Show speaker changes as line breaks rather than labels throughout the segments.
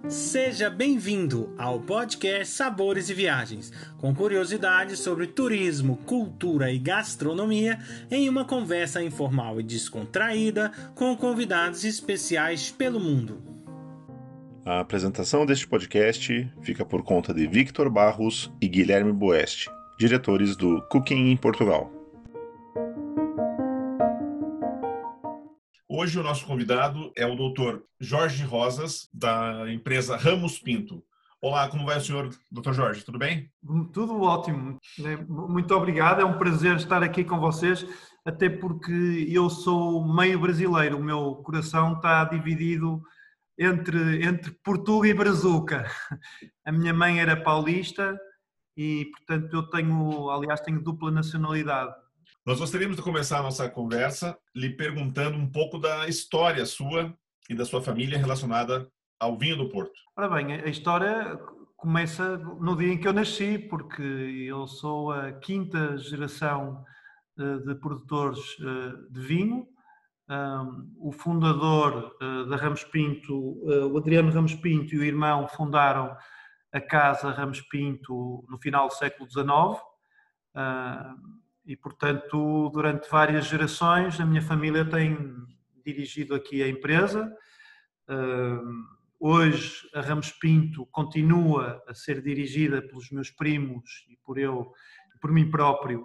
Seja bem-vindo ao podcast Sabores e Viagens, com curiosidades sobre turismo, cultura e gastronomia, em uma conversa informal e descontraída com convidados especiais pelo mundo.
A apresentação deste podcast fica por conta de Victor Barros e Guilherme Boeste, diretores do Cooking em Portugal. Hoje o nosso convidado é o Dr. Jorge Rosas, da empresa Ramos Pinto. Olá, como vai o senhor, Dr. Jorge? Tudo bem?
Tudo ótimo. Muito obrigado. É um prazer estar aqui com vocês, até porque eu sou meio brasileiro. O meu coração está dividido entre Portugal e Brazuca. A minha mãe era paulista e, portanto, eu tenho dupla nacionalidade.
Nós gostaríamos de começar a nossa conversa lhe perguntando um pouco da história sua e da sua família relacionada ao vinho do Porto.
Ora bem, a história começa no dia em que eu nasci, porque eu sou a quinta geração de produtores de vinho. O fundador da Ramos Pinto, o Adriano Ramos Pinto, e o irmão fundaram a Casa Ramos Pinto no final do século XIX. E, portanto, durante várias gerações, a minha família tem dirigido aqui a empresa. Hoje, a Ramos Pinto continua a ser dirigida pelos meus primos e por mim próprio.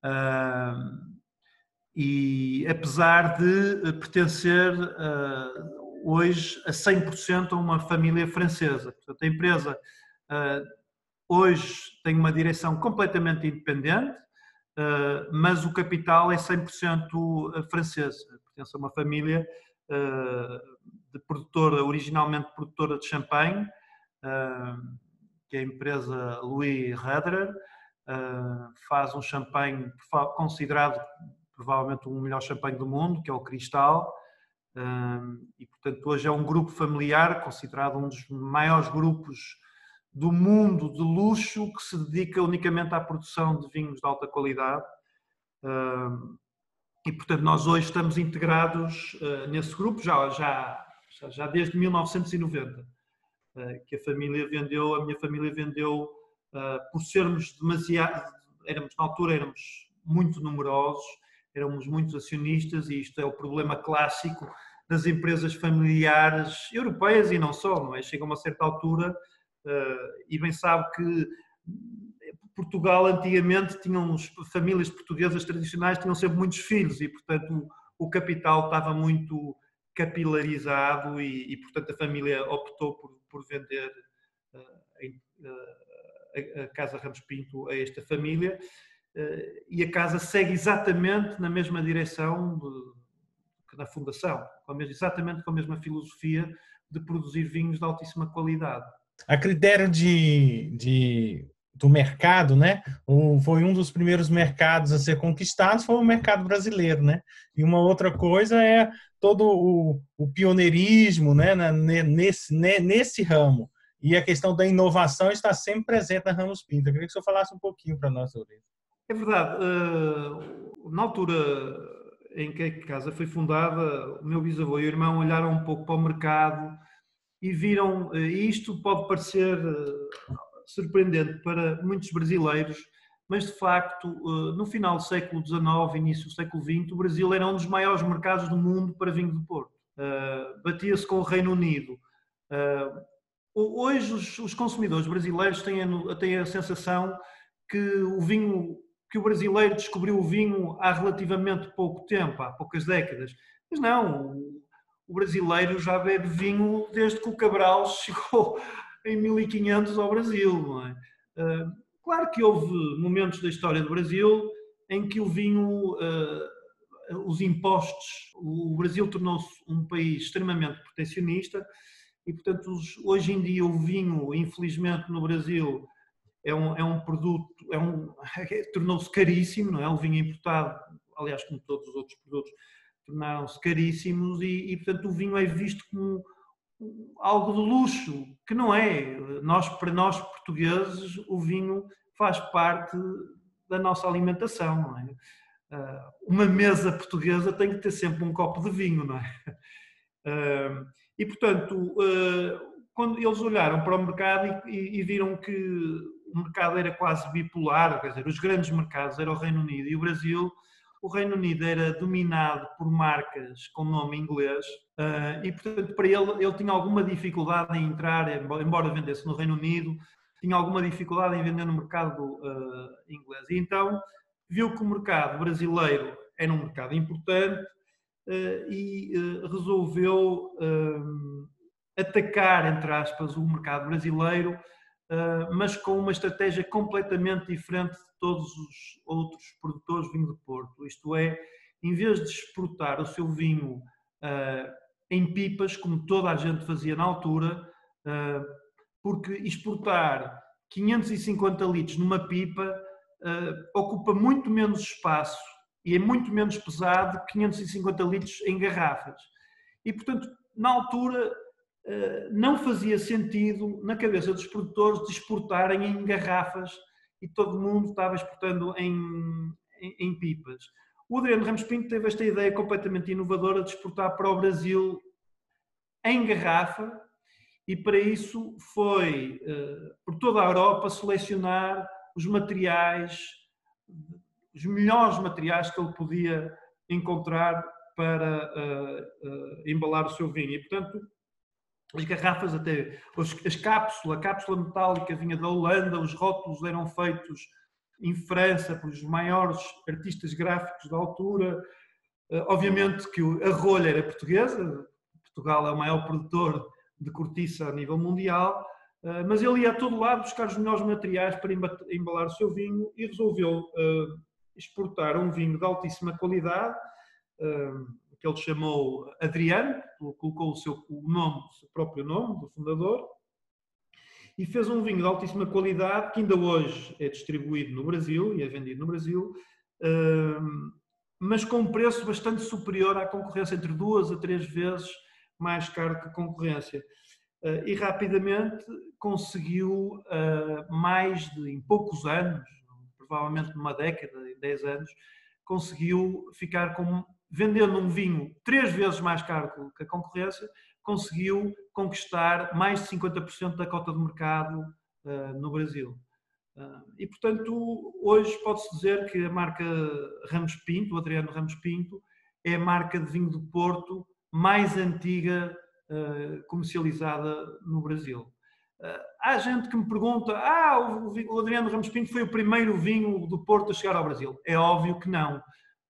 E apesar de pertencer hoje a 100% a uma família francesa. Portanto, a empresa hoje tem uma direção completamente independente, mas o capital é 100% francês. Pertence a uma família originalmente produtora de champanhe, que é a empresa Louis Roederer. Faz um champanhe considerado provavelmente o melhor champanhe do mundo, que é o Cristal. E, portanto, hoje é um grupo familiar, considerado um dos maiores grupos do mundo de luxo, que se dedica unicamente à produção de vinhos de alta qualidade. E, portanto, nós hoje estamos integrados nesse grupo, já desde 1990, que a minha família vendeu, por sermos demasiado, na altura éramos muito numerosos, éramos muitos acionistas, e isto é o problema clássico das empresas familiares europeias e não só, não é? Chega a uma certa altura, e bem sabe que Portugal antigamente famílias portuguesas tradicionais tinham sempre muitos filhos e, portanto, o capital estava muito capilarizado e portanto, a família optou por vender a Casa Ramos Pinto a esta família, e a casa segue exatamente na mesma direção que na fundação, exatamente com a mesma filosofia de produzir vinhos de altíssima qualidade.
A critério do mercado, né? Foi um dos primeiros mercados a ser conquistados, foi o mercado brasileiro, né? E uma outra coisa é todo o pioneirismo, né? Nesse ramo. E a questão da inovação está sempre presente na Ramos Pinto. Eu queria que o senhor falasse um pouquinho para nós sobre isso.
É verdade. Na altura em que a casa foi fundada, o meu bisavô e o irmão olharam um pouco para o mercado e viram, e isto pode parecer surpreendente para muitos brasileiros, mas de facto, no final do século XIX, início do século XX, o Brasil era um dos maiores mercados do mundo para vinho do Porto. Batia-se com o Reino Unido. Hoje os consumidores brasileiros têm a sensação que o brasileiro descobriu o vinho há relativamente pouco tempo, há poucas décadas. Mas não, o brasileiro já bebe vinho desde que o Cabral chegou em 1500 ao Brasil, não é? Claro que houve momentos da história do Brasil em que o vinho, os impostos, o Brasil tornou-se um país extremamente protecionista e, portanto, hoje em dia o vinho, infelizmente, no Brasil é um produto, tornou-se caríssimo, não é? O vinho importado, aliás, como todos os outros produtos, tornaram-se caríssimos e, portanto, o vinho é visto como algo de luxo, que não é. Para nós portugueses, o vinho faz parte da nossa alimentação, não é? Uma mesa portuguesa tem que ter sempre um copo de vinho, não é? E, portanto, quando eles olharam para o mercado e viram que o mercado era quase bipolar, quer dizer, os grandes mercados eram o Reino Unido e o Brasil. O Reino Unido era dominado por marcas com nome inglês e, portanto, para ele tinha alguma dificuldade em entrar, embora vendesse no Reino Unido, tinha alguma dificuldade em vender no mercado inglês. E então viu que o mercado brasileiro era um mercado importante e resolveu atacar, entre aspas, o mercado brasileiro, mas com uma estratégia completamente diferente de todos os outros produtores de vinho de Porto. Isto é, em vez de exportar o seu vinho em pipas, como toda a gente fazia na altura, porque exportar 550 litros numa pipa ocupa muito menos espaço e é muito menos pesado que 550 litros em garrafas. E, portanto, na altura não fazia sentido na cabeça dos produtores de exportarem em garrafas e todo mundo estava exportando em pipas. O Adriano Ramos Pinto teve esta ideia completamente inovadora de exportar para o Brasil em garrafa e para isso foi por toda a Europa selecionar os materiais, os melhores materiais que ele podia encontrar para embalar o seu vinho. E, portanto, as garrafas, até a cápsula metálica vinha da Holanda, os rótulos eram feitos em França pelos maiores artistas gráficos da altura. Obviamente que a rolha era portuguesa, Portugal é o maior produtor de cortiça a nível mundial, mas ele ia a todo lado buscar os melhores materiais para embalar o seu vinho e resolveu exportar um vinho de altíssima qualidade, que ele chamou Adriano, colocou o seu próprio nome, do fundador, e fez um vinho de altíssima qualidade que ainda hoje é distribuído no Brasil e é vendido no Brasil, mas com um preço bastante superior à concorrência, entre 2 a 3 vezes mais caro que a concorrência. E rapidamente conseguiu, em poucos anos, provavelmente numa década, em 10 anos, conseguiu ficar vendendo um vinho 3 vezes mais caro que a concorrência, conseguiu conquistar mais de 50% da cota de mercado no Brasil. E, portanto, hoje pode-se dizer que a marca Ramos Pinto, o Adriano Ramos Pinto, é a marca de vinho do Porto mais antiga comercializada no Brasil. Há gente que me pergunta, o Adriano Ramos Pinto foi o primeiro vinho do Porto a chegar ao Brasil. É óbvio que não.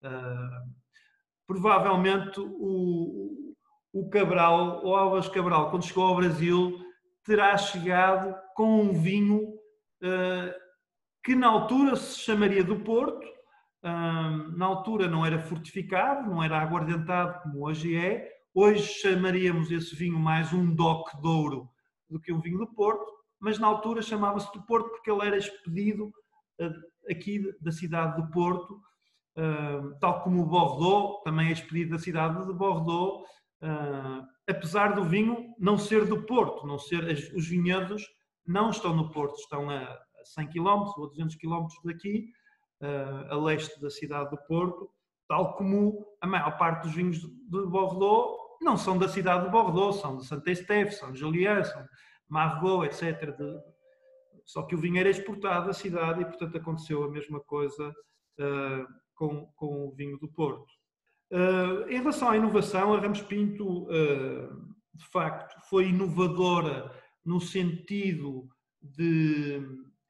Provavelmente o Cabral, o Álvares Cabral, quando chegou ao Brasil, terá chegado com um vinho que na altura se chamaria do Porto, na altura não era fortificado, não era aguardentado como hoje é. Hoje chamaríamos esse vinho mais um DOC de Ouro do que um vinho do Porto, mas na altura chamava-se do Porto porque ele era expedido aqui da cidade de Porto, tal como o Bordeaux também é expedido da cidade de Bordeaux, apesar do vinho não ser do Porto, os vinhedos não estão no Porto, estão a 100 km ou 200 km daqui, a leste da cidade de Porto, tal como a maior parte dos vinhos de Bordeaux não são da cidade de Bordeaux, são de Saint-Estèphe, são de Joliet, são de Margaux, etc. Só que o vinho era exportado da cidade e, portanto, aconteceu a mesma coisa com o vinho do Porto. Em relação à inovação, a Ramos Pinto, de facto, foi inovadora no sentido de...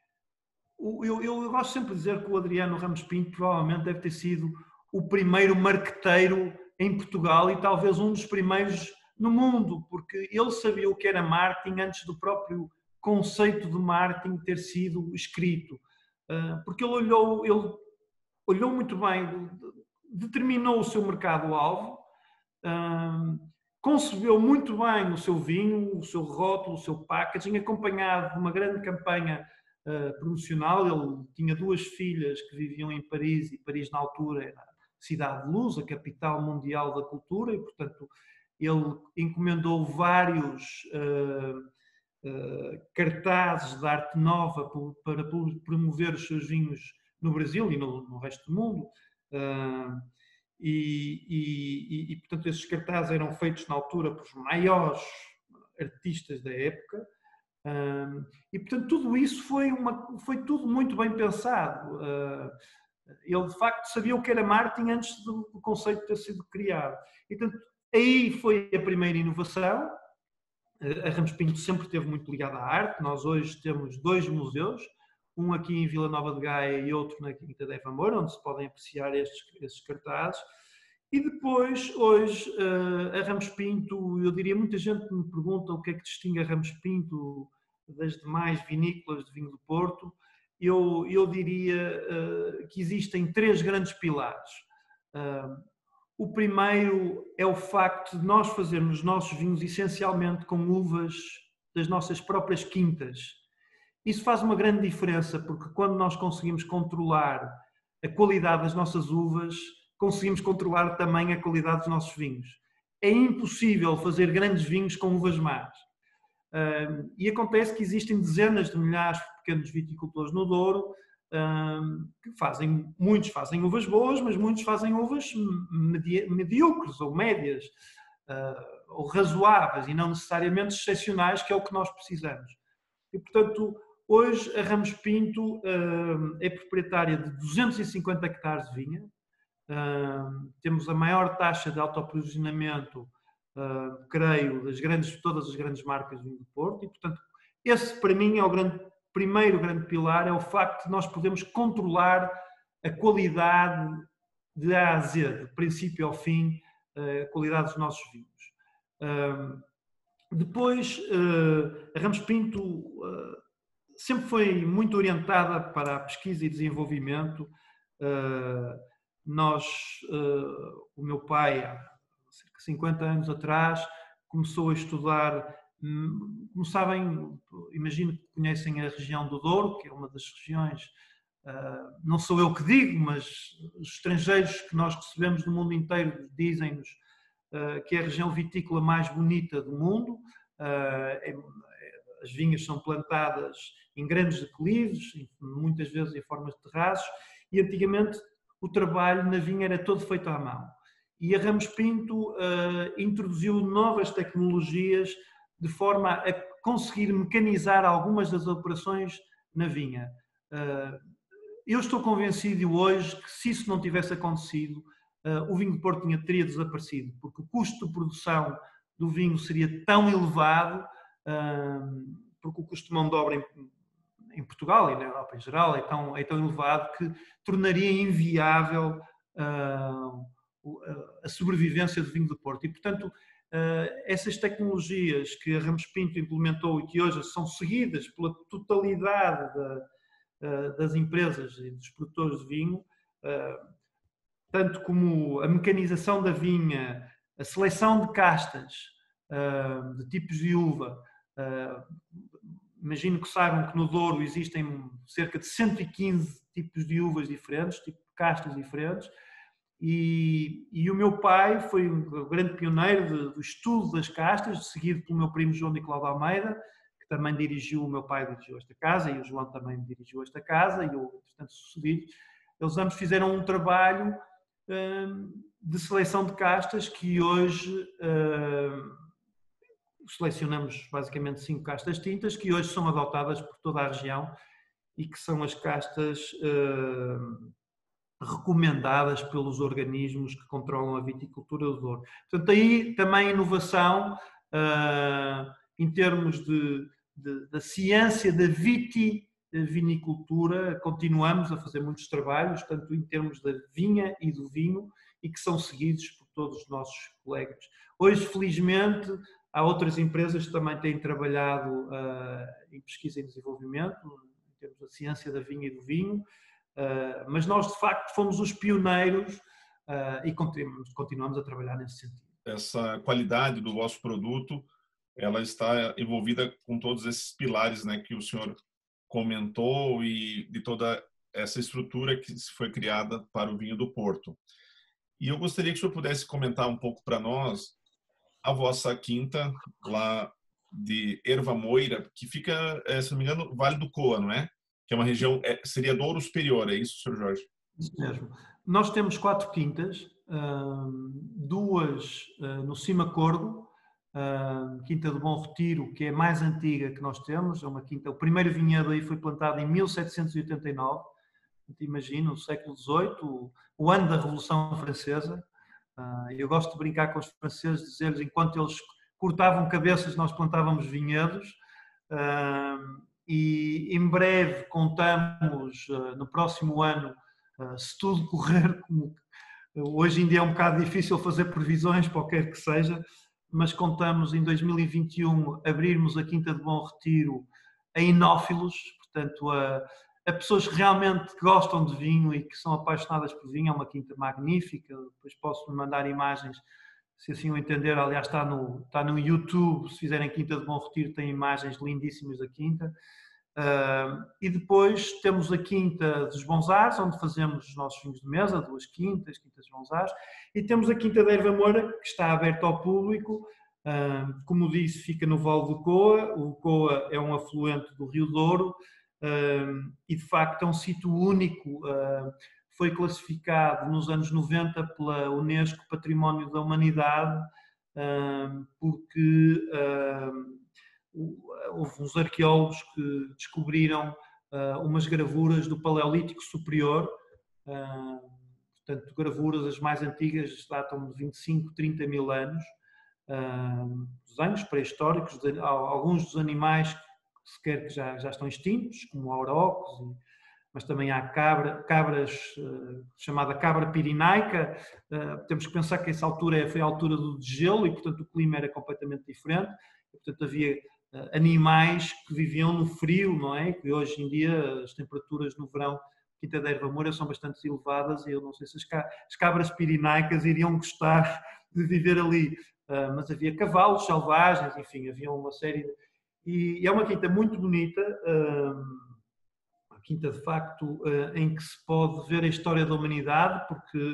Eu gosto sempre de dizer que o Adriano Ramos Pinto provavelmente deve ter sido o primeiro marqueteiro em Portugal e talvez um dos primeiros no mundo, porque ele sabia o que era marketing antes do próprio conceito de marketing ter sido escrito. Porque ele olhou muito bem, determinou o seu mercado-alvo, concebeu muito bem o seu vinho, o seu rótulo, o seu packaging, acompanhado de uma grande campanha promocional. Ele tinha 2 filhas que viviam em Paris, e Paris na altura era a cidade de luz, a capital mundial da cultura, e portanto ele encomendou vários cartazes de arte nova para promover os seus vinhos no Brasil e no resto do mundo. E portanto esses cartazes eram feitos na altura pelos maiores artistas da época. E, portanto, tudo isso foi tudo muito bem pensado. Ele, de facto, sabia o que era marketing antes do conceito ter sido criado. E, portanto, aí foi a primeira inovação. A Ramos Pinto sempre esteve muito ligada à arte. Nós hoje temos 2 museus, um aqui em Vila Nova de Gaia e outro na Quinta de Eva Moura, onde se podem apreciar estes cartazes. E depois, hoje, a Ramos Pinto, eu diria, muita gente me pergunta o que é que distingue a Ramos Pinto das demais vinícolas de vinho do Porto. Eu diria que existem 3 grandes pilares. O primeiro é o facto de nós fazermos os nossos vinhos essencialmente com uvas das nossas próprias quintas. Isso faz uma grande diferença, porque quando nós conseguimos controlar a qualidade das nossas uvas, conseguimos controlar também a qualidade dos nossos vinhos. É impossível fazer grandes vinhos com uvas más. E acontece que existem dezenas de milhares de pequenos viticultores no Douro, que muitos fazem uvas boas, mas muitos fazem uvas medíocres ou médias, ou razoáveis, e não necessariamente excepcionais, que é o que nós precisamos. E, portanto, hoje a Ramos Pinto é proprietária de 250 hectares de vinha. Temos a maior taxa de autoaprovisionamento, creio, de todas as grandes marcas do vinho do Porto, e, portanto, esse para mim é o primeiro grande pilar, é o facto de nós podermos controlar a qualidade de A a Z, de princípio ao fim, a qualidade dos nossos vinhos. Depois, a Ramos Pinto sempre foi muito orientada para a pesquisa e desenvolvimento. O meu pai, há cerca de 50 anos atrás, começou a estudar, como sabem, imagino que conhecem a região do Douro, que é uma das regiões, não sou eu que digo, mas os estrangeiros que nós recebemos do mundo inteiro dizem-nos que é a região vitícola mais bonita do mundo. As vinhas são plantadas em grandes declives, muitas vezes em formas de terraços, e antigamente o trabalho na vinha era todo feito à mão. E a Ramos Pinto introduziu novas tecnologias de forma a conseguir mecanizar algumas das operações na vinha. Eu estou convencido hoje que, se isso não tivesse acontecido, o vinho do Porto teria desaparecido, porque o custo de produção do vinho seria tão elevado, porque o custo de mão de obra em Portugal e na Europa em geral é tão elevado, que tornaria inviável a sobrevivência do vinho do Porto. E, portanto, essas tecnologias que a Ramos Pinto implementou e que hoje são seguidas pela totalidade das empresas e dos produtores de vinho, tanto como a mecanização da vinha, a seleção de castas, de tipos de uva. Imagino que saibam que no Douro existem cerca de 115 tipos de uvas diferentes, tipos de castas diferentes, e o meu pai foi um grande pioneiro do estudo das castas, seguido pelo meu primo João Nicolau de Almeida, que também o meu pai dirigiu esta casa, e o João também dirigiu esta casa, e eu, entretanto, sucedi. Eles ambos fizeram um trabalho de seleção de castas que hoje selecionamos basicamente 5 castas tintas que hoje são adotadas por toda a região e que são as castas recomendadas pelos organismos que controlam a viticultura do Douro. Portanto, aí também inovação em termos da ciência da vitivinicultura. Continuamos a fazer muitos trabalhos, tanto em termos da vinha e do vinho, e que são seguidos por todos os nossos colegas. Hoje, felizmente, há outras empresas que também têm trabalhado em pesquisa e desenvolvimento, em termos da ciência da vinha e do vinho, mas nós, de facto, fomos os pioneiros e continuamos a trabalhar nesse sentido.
Essa qualidade do vosso produto, ela está envolvida com todos esses pilares, né, que o senhor comentou, e de toda essa estrutura que foi criada para o vinho do Porto. E eu gostaria que o senhor pudesse comentar um pouco para nós a vossa quinta lá de Erva Moira, que fica, se não me engano, Vale do Coa, não é? Que é uma região, seria Douro Superior, é isso, Sr. Jorge?
Isso mesmo. Nós temos 4 quintas, 2 no Cima Corgo, Quinta do Bom Retiro, que é a mais antiga que nós temos, é uma quinta, o primeiro vinhedo aí foi plantado em 1789, imagina, o século XVIII, o ano da Revolução Francesa. Eu gosto de brincar com os franceses, dizer-lhes, enquanto eles cortavam cabeças, nós plantávamos vinhedos. E em breve contamos, no próximo ano, se tudo correr como hoje em dia é um bocado difícil fazer previsões para o que quer que seja, mas contamos em 2021 abrirmos a Quinta do Bom Retiro a enófilos, portanto a pessoas que realmente gostam de vinho e que são apaixonadas por vinho. É uma quinta magnífica, depois posso mandar imagens, se assim o entender. Aliás, está no YouTube, se fizerem Quinta de Bom Retiro tem imagens lindíssimas da quinta. E depois temos a Quinta dos Bons Ares, onde fazemos os nossos vinhos de mesa, 2 quintas dos Bons Ares, e temos a Quinta da Erva Moura, que está aberta ao público. Como disse, fica no Vale do Coa. O Coa é um afluente do Rio Douro, e de facto é um sítio único. Foi classificado nos anos 90 pela Unesco Património da Humanidade, porque houve uns arqueólogos que descobriram umas gravuras do Paleolítico Superior, portanto gravuras as mais antigas datam de 25, 30 mil anos, dos anos pré-históricos, alguns dos animais sequer que já estão extintos, como aurócos, mas também há cabras, chamada cabra pirinaica. Temos que pensar que essa altura foi a altura do degelo e, portanto, o clima era completamente diferente. E, portanto, havia animais que viviam no frio, não é? Que hoje em dia as temperaturas no verão, Quinta da Erva Moura, são bastante elevadas, e eu não sei se as cabras pirinaicas iriam gostar de viver ali. Mas havia cavalos selvagens, enfim, havia uma série de... E é uma quinta muito bonita, a quinta de facto em que se pode ver a história da humanidade, porque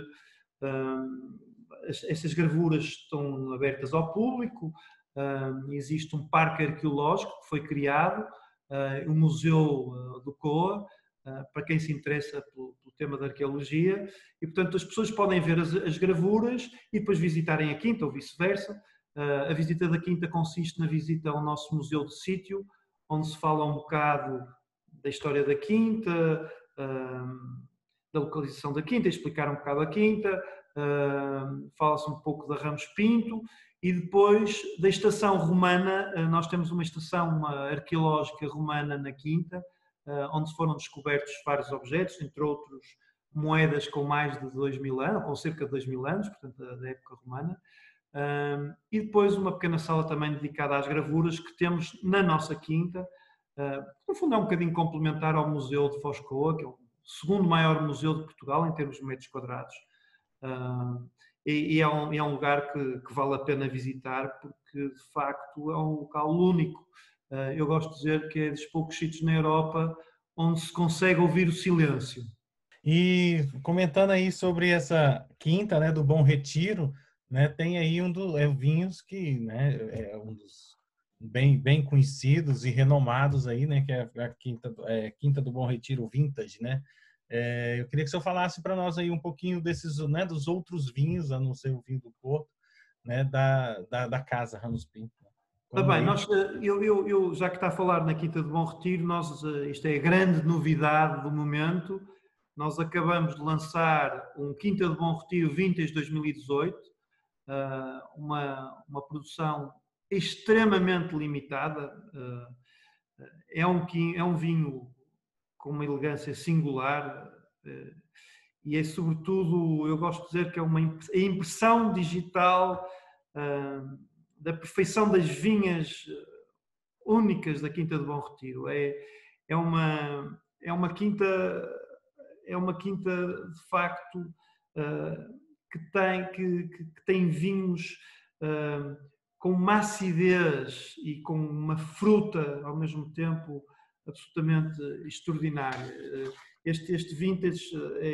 essas gravuras estão abertas ao público. Existe um parque arqueológico que foi criado, o Museu do Coa, para quem se interessa pelo tema da arqueologia, e portanto as pessoas podem ver as gravuras e depois visitarem a quinta ou vice-versa. A visita da quinta consiste na visita ao nosso museu de sítio, onde se fala um bocado da história da quinta, da localização da quinta, explicar um bocado a quinta, fala-se um pouco da Ramos Pinto, e depois da estação romana. Nós temos uma estação arqueológica romana na quinta, onde foram descobertos vários objetos, entre outros moedas com mais de 2000 anos, com cerca de 2000 anos, portanto da época romana. E depois uma pequena sala também dedicada às gravuras que temos na nossa quinta. No fundo é um bocadinho complementar ao Museu de Foz Coa, que é o segundo maior museu de Portugal em termos de metros quadrados. E é um lugar que vale a pena visitar, porque de facto é um local único. Eu gosto de dizer que é dos poucos sítios na Europa onde se consegue ouvir o silêncio.
E comentando aí sobre essa quinta, né, do Bom Retiro, né, tem aí vinhos que, né, é um dos bem conhecidos e renomados aí, né, que é a Quinta do Bom Retiro Vintage, né? Eu queria que o senhor falasse para nós aí um pouquinho desses, né, dos outros vinhos, a não ser o vinho do Porto, né, da casa Ramos Pinto.
Tá bem, eu já que está a falar na Quinta do Bom Retiro, isto é a grande novidade do momento. Nós acabamos de lançar um Quinta do Bom Retiro Vintage 2018, uma produção extremamente limitada. É um vinho com uma elegância singular, e é sobretudo, eu gosto de dizer que é a impressão digital da perfeição das vinhas únicas da Quinta do Bom Retiro. É uma quinta de facto que tem vinhos com uma acidez e com uma fruta ao mesmo tempo absolutamente extraordinária. Este vintage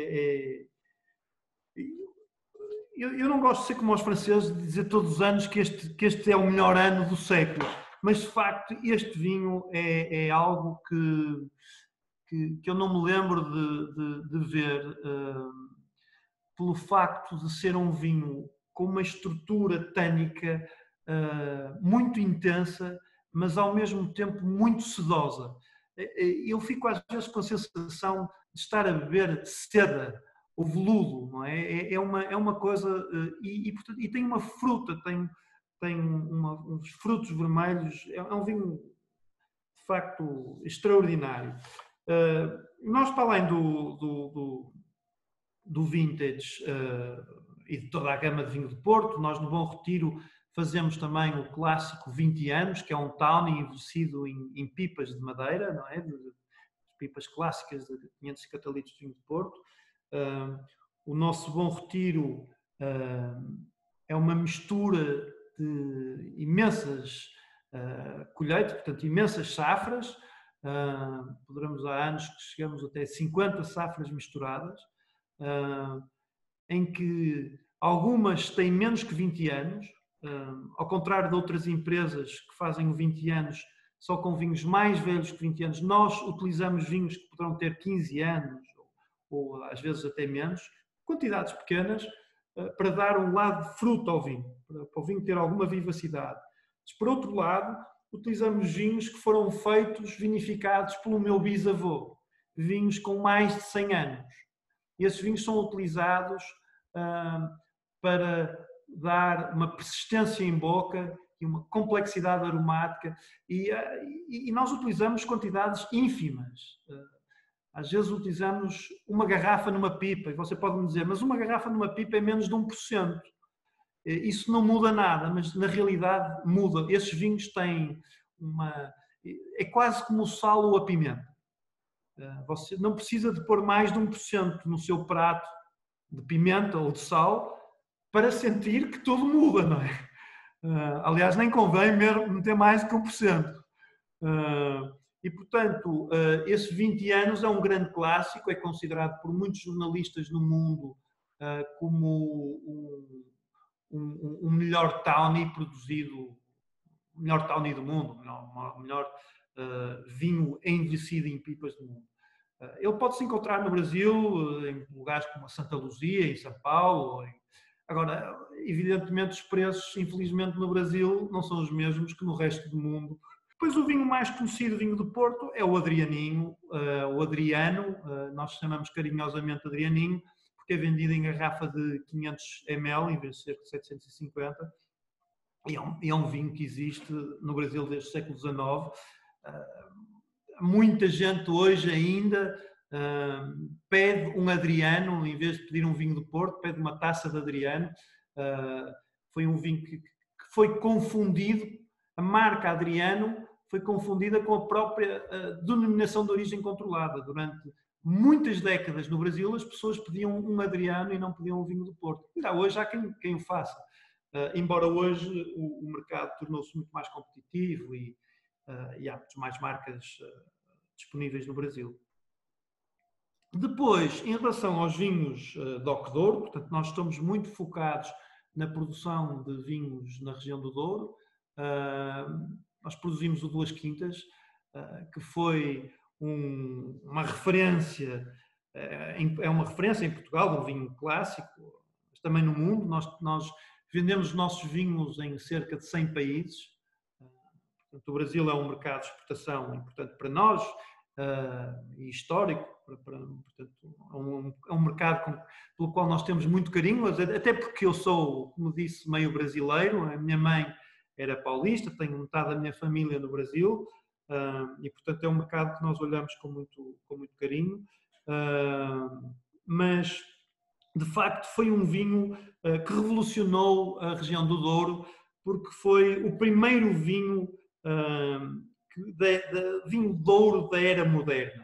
eu não gosto de ser como os franceses, de dizer todos os anos que este é o melhor ano do século, mas de facto este vinho é algo que eu não me lembro de ver, pelo facto de ser um vinho com uma estrutura tânica muito intensa, mas ao mesmo tempo muito sedosa. Eu fico às vezes com a sensação de estar a beber seda ou veludo, não é? É uma coisa... E tem uma fruta, tem uns frutos vermelhos, é um vinho de facto extraordinário. Nós, para além do vintage e de toda a gama de vinho de Porto, nós no Bom Retiro fazemos também o clássico 20 anos, que é um tawny envelhecido em pipas de madeira, não é? De pipas clássicas de 550 litros de vinho de Porto. O nosso Bom Retiro é uma mistura de imensas colheitas, portanto, imensas safras. Poderemos há anos que chegamos até 50 safras misturadas, em que algumas têm menos que 20 anos, ao contrário de outras empresas que fazem o 20 anos só com vinhos mais velhos que 20 anos. Nós utilizamos vinhos que poderão ter 15 anos, ou às vezes até menos, quantidades pequenas, para dar um lado de fruto ao vinho, para o vinho ter alguma vivacidade. Mas, por outro lado, utilizamos vinhos que foram feitos, vinificados pelo meu bisavô, vinhos com mais de 100 anos. E esses vinhos são utilizados para dar uma persistência em boca e uma complexidade aromática, e nós utilizamos quantidades ínfimas. Às vezes utilizamos uma garrafa numa pipa, e você pode me dizer, mas uma garrafa numa pipa é menos de 1%. Isso não muda nada, mas na realidade muda. Esses vinhos têm é quase como o sal ou a pimenta. Você não precisa de pôr mais de 1% no seu prato de pimenta ou de sal para sentir que tudo muda, não é? Aliás, nem convém meter mais do que 1%. E, portanto, esses 20 anos é um grande clássico, é considerado por muitos jornalistas no mundo como o melhor tawny produzido, o melhor tawny do mundo, o melhor vinho envelhecido em pipas do mundo. Ele pode-se encontrar no Brasil, em lugares como a Santa Luzia, em São Paulo. Agora, evidentemente, os preços, infelizmente, no Brasil não são os mesmos que no resto do mundo. Depois, o vinho mais conhecido, vinho do Porto, é o Adrianinho, o Adriano, nós chamamos carinhosamente Adrianinho, porque é vendido em garrafa de 500 ml, em vez de ser de 750. E é um vinho que existe no Brasil desde o século XIX. Muita gente hoje ainda pede um Adriano, em vez de pedir um vinho do Porto, pede uma taça de Adriano. Foi um vinho que foi confundido, a marca Adriano foi confundida com a própria denominação de origem controlada. Durante muitas décadas no Brasil as pessoas pediam um Adriano e não pediam um vinho do Porto. Ainda hoje há quem o faça. Embora hoje o mercado tornou-se muito mais competitivo e há muitas mais marcas disponíveis no Brasil. Depois, em relação aos vinhos de Douro, portanto, nós estamos muito focados na produção de vinhos na região do Douro. Nós produzimos o Duas Quintas, que foi uma referência, é uma referência em Portugal, um vinho clássico, mas também no mundo. Nós vendemos os nossos vinhos em cerca de 100 países. Portanto, o Brasil é um mercado de exportação importante para nós e histórico. Portanto, é um mercado pelo qual nós temos muito carinho, até porque eu sou, como disse, meio brasileiro. A minha mãe era paulista, tenho metade da minha família no Brasil e, portanto, é um mercado que nós olhamos com muito carinho. Mas, de facto, foi um vinho que revolucionou a região do Douro, porque foi o primeiro vinho vinho Douro da era moderna.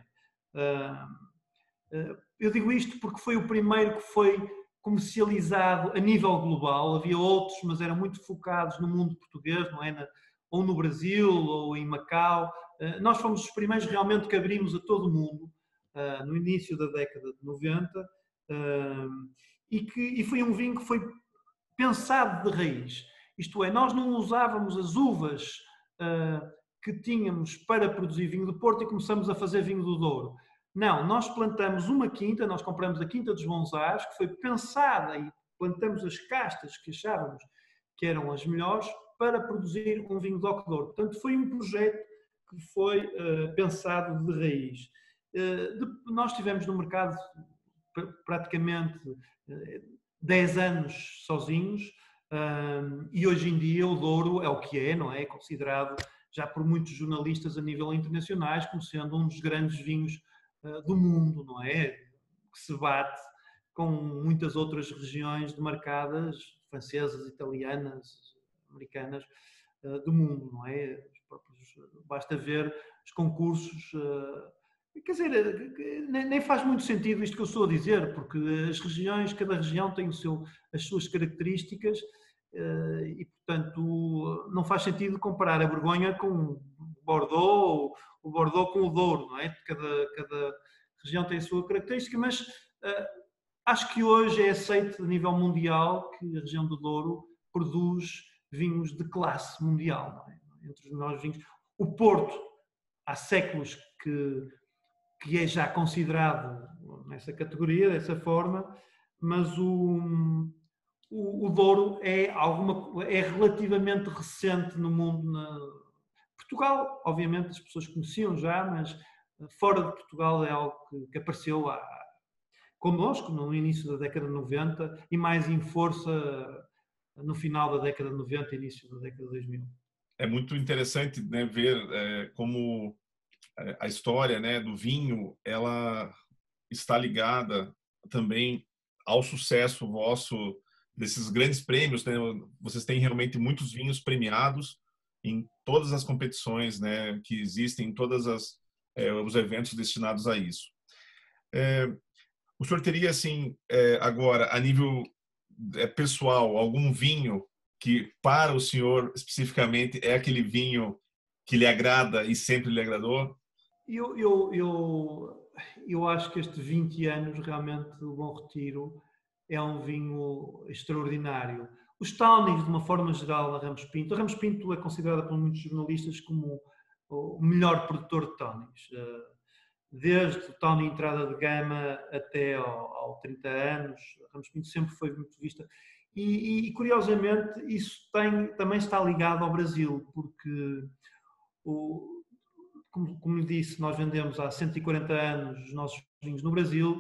Eu digo isto porque foi o primeiro que foi comercializado a nível global. Havia outros, mas eram muito focados no mundo português, não é? Ou no Brasil, ou em Macau. Nós fomos os primeiros realmente que abrimos a todo o mundo, no início da década de 90, e foi um vinho que foi pensado de raiz. Isto é, nós não usávamos as uvas que tínhamos para produzir vinho do Porto e começamos a fazer vinho do Douro. Não, nós plantamos uma quinta, nós compramos a Quinta dos Bonzás, que foi pensada, e plantamos as castas que achávamos que eram as melhores para produzir um vinho DOC Douro. Portanto, foi um projeto que foi pensado de raiz. Nós tivemos no mercado praticamente 10 anos sozinhos, e hoje em dia o Douro é o que é, não é? É considerado já por muitos jornalistas a nível internacional como sendo um dos grandes vinhos do mundo, não é? Que se bate com muitas outras regiões demarcadas, francesas, italianas, americanas, do mundo, não é? Basta ver os concursos. Quer dizer, nem faz muito sentido isto que eu estou a dizer, porque as regiões, cada região tem as suas características, e, portanto, não faz sentido comparar a Borgonha com o Bordeaux, o Bordeaux com o Douro, não é? Cada região tem a sua característica, mas acho que hoje é aceito a nível mundial que a região do Douro produz vinhos de classe mundial, não é? Entre os melhores vinhos. O Porto, há séculos que é já considerado nessa categoria, dessa forma, mas o Douro é relativamente recente no mundo. Portugal, obviamente, as pessoas conheciam já, mas fora de Portugal é algo que apareceu connosco no início da década de 90 e mais em força no final da década de 90 e início da década de 2000.
É muito interessante, né, ver como a história, né, do vinho, ela está ligada também ao sucesso vosso desses grandes prêmios, né? Vocês têm realmente muitos vinhos premiados em todas as competições, né, que existem, em todas os eventos destinados a isso. O senhor teria, assim, agora, a nível pessoal, algum vinho que, para o senhor, especificamente, é aquele vinho que lhe agrada e sempre lhe agradou?
Eu acho que este 20 anos, realmente, do Bom Retiro, é um vinho extraordinário. Os Tawnies, de uma forma geral, a Ramos Pinto. A Ramos Pinto é considerada por muitos jornalistas como o melhor produtor de Tawnies. Desde o Tawny entrada de gama até ao 30 anos, a Ramos Pinto sempre foi muito vista. E curiosamente, isso também está ligado ao Brasil, porque, como lhe disse, nós vendemos há 140 anos os nossos vinhos no Brasil,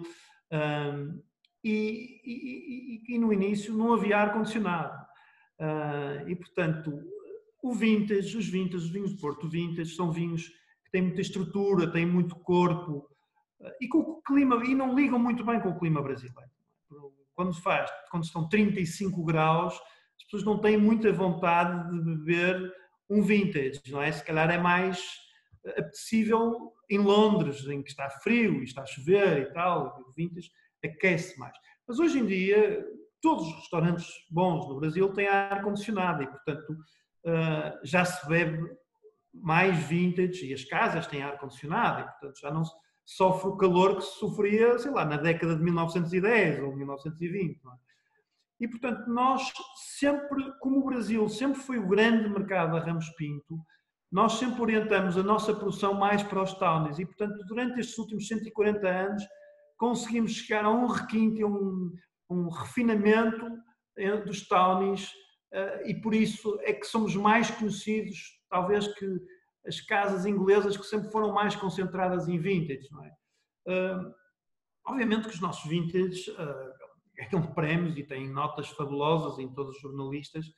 e no início não havia ar-condicionado. E, portanto, os vinhos de Porto Vintage, são vinhos que têm muita estrutura, têm muito corpo, e com o clima, e não ligam muito bem com o clima brasileiro. Quando estão 35 graus, as pessoas não têm muita vontade de beber um vintage, não é? Se calhar é mais apetecível em Londres, em que está frio e está a chover e tal, o vintage aquece mais. Mas hoje em dia, todos os restaurantes bons no Brasil têm ar-condicionado e, portanto, já se bebe mais vintage e as casas têm ar-condicionado e, portanto, já não sofre o calor que se sofria, sei lá, na década de 1910 ou 1920. Não é? E, portanto, nós sempre, como o Brasil sempre foi o grande mercado da Ramos Pinto, nós sempre orientamos a nossa produção mais para os Tawnies e, portanto, durante estes últimos 140 anos conseguimos chegar a um requinte, a um refinamento dos Tawnies, e por isso é que somos mais conhecidos, talvez, que as casas inglesas que sempre foram mais concentradas em vintage, não é? Obviamente que os nossos vintage ganham prémios e têm notas fabulosas em todos os jornalistas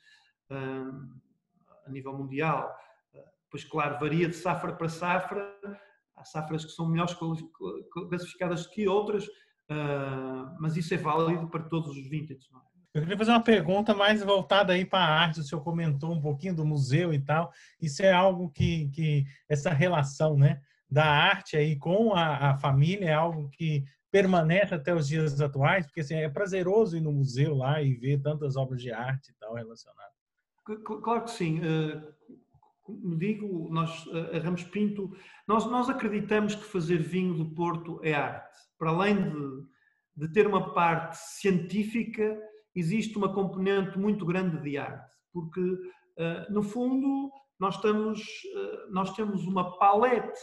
a nível mundial. Pois, claro, varia de safra para safra. Há safras que são melhores classificadas que outras, mas isso é válido para todos os vintage, não é?
Eu queria fazer uma pergunta mais voltada aí para a arte. O senhor comentou um pouquinho do museu e tal. Isso é algo que essa relação, né, da arte aí com a família é algo que permanece até os dias atuais, porque assim, é prazeroso ir no museu lá e ver tantas obras de arte e tal relacionadas.
Claro que sim. Como digo, a Ramos Pinto, nós acreditamos que fazer vinho do Porto é arte. Para além de ter uma parte científica, existe uma componente muito grande de arte, porque, no fundo, nós temos uma palete,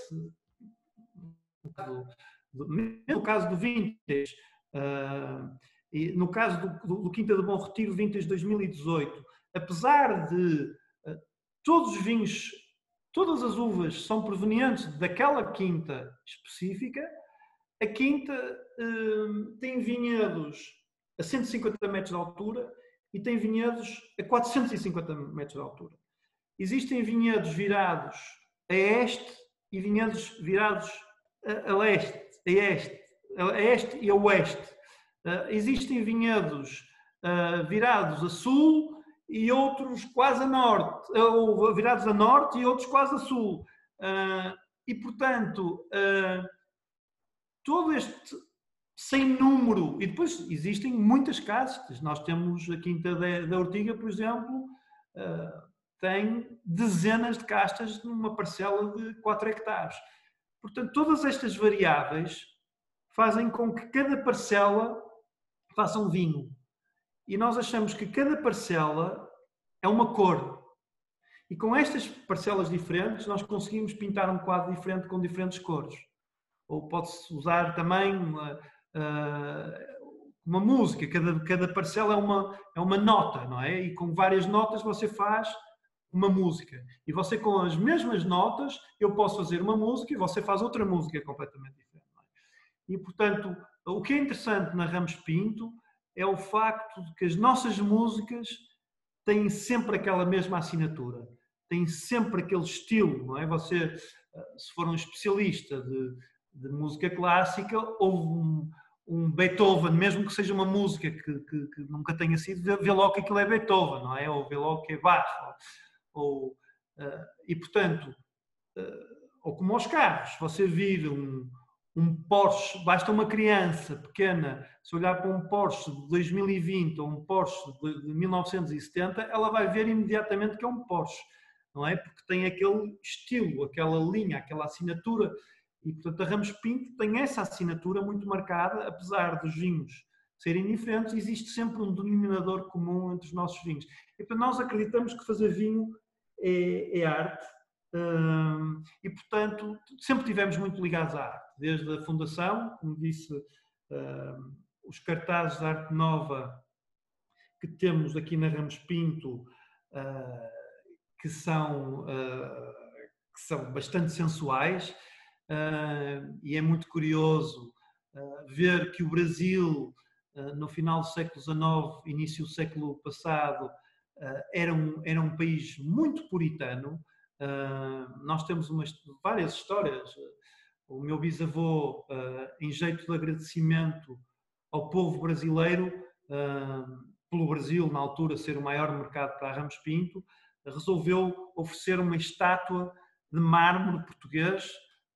no caso do Vintage, e no caso do Quinta do Bom Retiro Vintage 2018, apesar de todos os vinhos, todas as uvas são provenientes daquela quinta específica. A quinta tem vinhedos a 150 metros de altura e tem vinhedos a 450 metros de altura. Existem vinhedos virados a este e vinhedos virados a leste, a este e a oeste. Existem vinhedos virados a sul e outros quase a norte, ou virados a norte e outros quase a sul. E, portanto, todo este sem número, e depois existem muitas castas. Nós temos a Quinta da Ortiga, por exemplo, tem dezenas de castas numa parcela de 4 hectares. Portanto, todas estas variáveis fazem com que cada parcela faça um vinho. E nós achamos que cada parcela é uma cor. E com estas parcelas diferentes, nós conseguimos pintar um quadro diferente com diferentes cores. Ou pode-se usar também uma música. Cada parcela é uma nota, não é? E com várias notas você faz uma música. E você, com as mesmas notas, eu posso fazer uma música e você faz outra música completamente diferente. Não é? E, portanto, o que é interessante na Ramos Pinto é o facto de que as nossas músicas têm sempre aquela mesma assinatura, têm sempre aquele estilo, não é? Você, se for um especialista de música clássica, houve um Beethoven, mesmo que seja uma música que nunca tenha sido, vê logo que aquilo é Beethoven, não é? Ou vê logo que é Bach. E, portanto, ou como aos carros, você vir um Porsche, basta uma criança pequena, se olhar para um Porsche de 2020 ou um Porsche de 1970, ela vai ver imediatamente que é um Porsche, não é? Porque tem aquele estilo, aquela linha, aquela assinatura. E, portanto, a Ramos Pinto tem essa assinatura muito marcada, apesar dos vinhos serem diferentes, existe sempre um denominador comum entre os nossos vinhos. E, portanto, nós acreditamos que fazer vinho é arte. E, portanto, sempre estivemos muito ligados à arte, desde a fundação, como disse, os cartazes de arte nova que temos aqui na Ramos Pinto, que são bastante sensuais, e é muito curioso ver que o Brasil, no final do século XIX, início do século passado, era um país muito puritano. Nós temos várias histórias. O meu bisavô, em jeito de agradecimento ao povo brasileiro, pelo Brasil, na altura, ser o maior mercado para a Ramos Pinto, resolveu oferecer uma estátua de mármore português,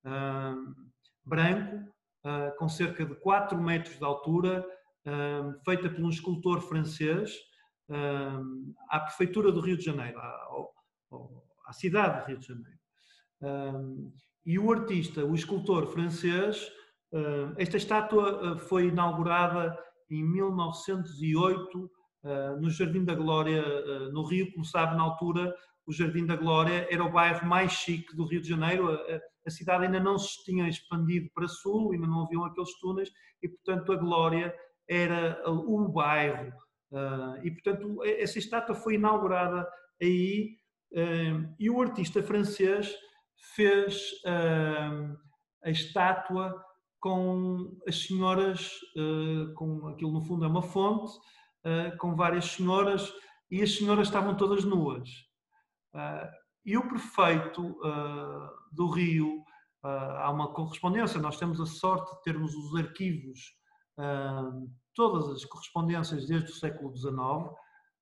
branco, com cerca de 4 metros de altura, feita por um escultor francês, à Prefeitura do Rio de Janeiro, à cidade do Rio de Janeiro. E o artista, o escultor francês, esta estátua foi inaugurada em 1908 no Jardim da Glória, no Rio. Como sabe, na altura, o Jardim da Glória era o bairro mais chique do Rio de Janeiro. A cidade ainda não se tinha expandido para sul, ainda não haviam aqueles túneis, e, portanto, a Glória era o bairro. E, portanto, essa estátua foi inaugurada aí, e o artista francês fez a estátua com as senhoras, com aquilo no fundo é uma fonte, com várias senhoras, e as senhoras estavam todas nuas. E o prefeito do Rio, há uma correspondência, nós temos a sorte de termos os arquivos, todas as correspondências desde o século XIX.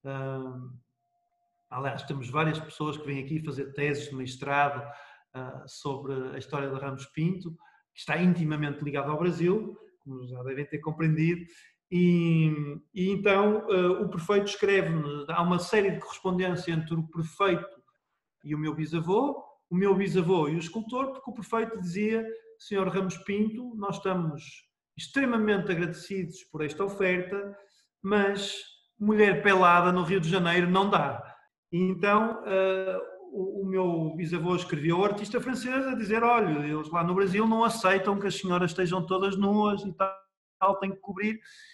Aliás, temos várias pessoas que vêm aqui fazer teses de mestrado sobre a história da Ramos Pinto, que está intimamente ligado ao Brasil, como já devem ter compreendido. E então o prefeito escreve-me, há uma série de correspondência entre o prefeito e o meu bisavô e o escultor, porque o prefeito dizia: Sr. Ramos Pinto, nós estamos extremamente agradecidos por esta oferta, mas mulher pelada no Rio de Janeiro não dá. E então o meu bisavô escreveu ao artista francês a dizer: olha, eles lá no Brasil não aceitam que as senhoras estejam todas nuas e tal, têm que cobrir.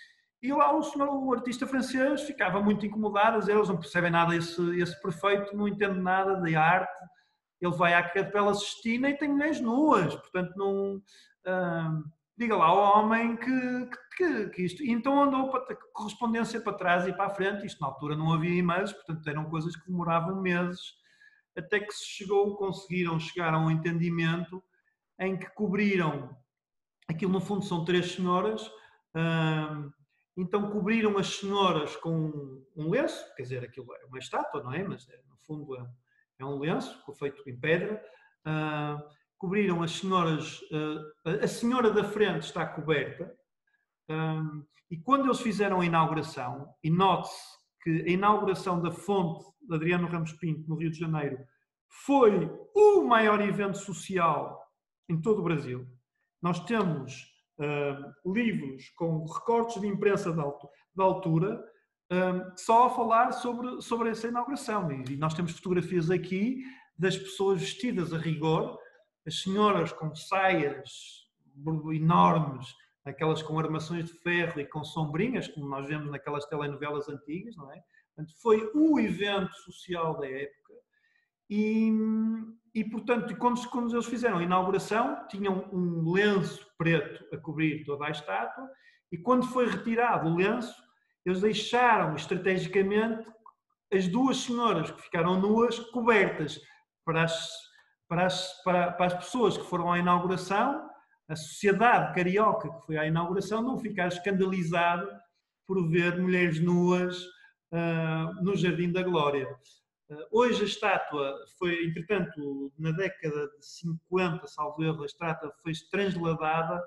E lá o artista francês ficava muito incomodado, a dizer, eles não percebem nada, esse prefeito não entende nada de arte, ele vai à Capela Sistina e tem mulheres nuas, portanto não... diga lá ao homem que isto... E então andou correspondência para trás e para a frente, isto na altura não havia e-mails, portanto eram coisas que demoravam meses, até que conseguiram chegar a um entendimento em que cobriram, aquilo no fundo são 3 senhoras, então cobriram as senhoras com um lenço, quer dizer, aquilo é uma estátua, não é? Mas no fundo é um lenço feito em pedra. Cobriram as senhoras, a senhora da frente está coberta, e quando eles fizeram a inauguração, e note-se que a inauguração da fonte de Adriano Ramos Pinto no Rio de Janeiro foi o maior evento social em todo o Brasil. Nós temos livros com recortes de imprensa da altura, só a falar sobre essa inauguração. E nós temos fotografias aqui das pessoas vestidas a rigor, as senhoras com saias enormes, aquelas com armações de ferro e com sombrinhas, como nós vemos naquelas telenovelas antigas, não é? Portanto, foi o evento social da época. E portanto, quando eles fizeram a inauguração, tinham um lenço preto a cobrir toda a estátua, e quando foi retirado o lenço, eles deixaram estrategicamente as 2 senhoras que ficaram nuas cobertas para as pessoas que foram à inauguração, a sociedade carioca que foi à inauguração, não ficar escandalizada por ver mulheres nuas no Jardim da Glória. Hoje a estátua foi, entretanto, na década de 50, salvo erro, a estátua foi transladada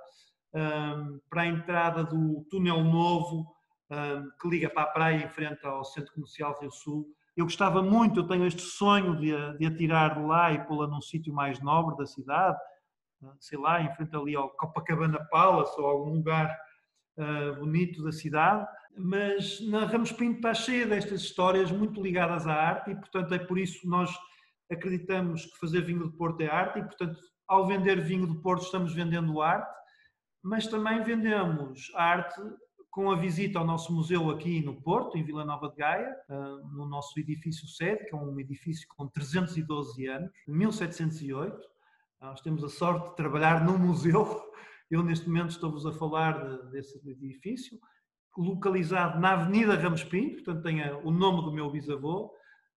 para a entrada do Túnel Novo, que liga para a praia em frente ao Centro Comercial Rio Sul. Eu gostava muito, eu tenho este sonho de a tirar de lá e pô-la num sítio mais nobre da cidade, sei lá, em frente ali ao Copacabana Palace ou algum lugar bonito da cidade, mas na Ramos Pinto está cheia destas histórias muito ligadas à arte e, portanto, é por isso que nós acreditamos que fazer vinho de Porto é arte e, portanto, ao vender vinho de Porto estamos vendendo arte, mas também vendemos arte com a visita ao nosso museu aqui no Porto, em Vila Nova de Gaia, no nosso edifício sede, que é um edifício com 312 anos, 1708. Nós temos a sorte de trabalhar num museu. Eu, neste momento, estou-vos a falar desse edifício, localizado na Avenida Ramos Pinto, portanto tem o nome do meu bisavô.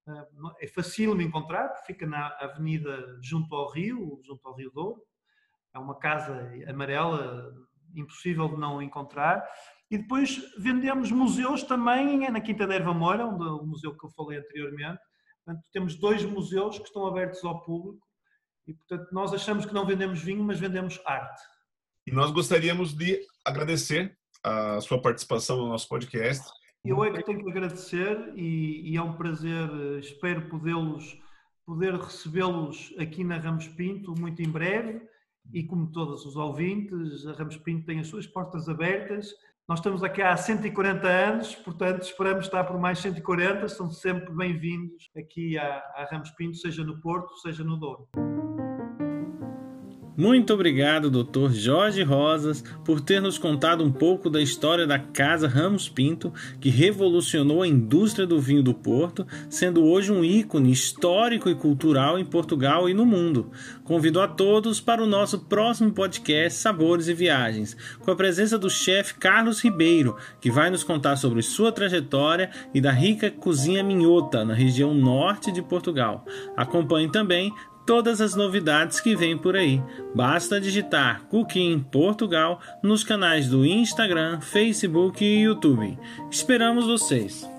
É fácil de encontrar, porque fica na avenida junto ao Rio Douro. É uma casa amarela, impossível de não encontrar. E depois vendemos museus também na Quinta da Erva Moura, o museu que eu falei anteriormente. Portanto, temos 2 museus que estão abertos ao público e, portanto, nós achamos que não vendemos vinho, mas vendemos arte.
E nós gostaríamos de agradecer a sua participação no nosso podcast.
Eu é que tenho que agradecer e é um prazer, espero poder recebê-los aqui na Ramos Pinto muito em breve e como todos os ouvintes, a Ramos Pinto tem as suas portas abertas. Nós estamos aqui há 140 anos, portanto esperamos estar por mais 140, são sempre bem-vindos aqui à Ramos Pinto, seja no Porto, seja no Douro.
Muito obrigado, Dr. Jorge Rosas, por ter nos contado um pouco da história da Casa Ramos Pinto, que revolucionou a indústria do vinho do Porto, sendo hoje um ícone histórico e cultural em Portugal e no mundo. Convido a todos para o nosso próximo podcast Sabores e Viagens, com a presença do chefe Carlos Ribeiro, que vai nos contar sobre sua trajetória e da rica cozinha minhota na região norte de Portugal. Acompanhe também todas as novidades que vêm por aí. Basta digitar Cooking Portugal nos canais do Instagram, Facebook e YouTube. Esperamos vocês!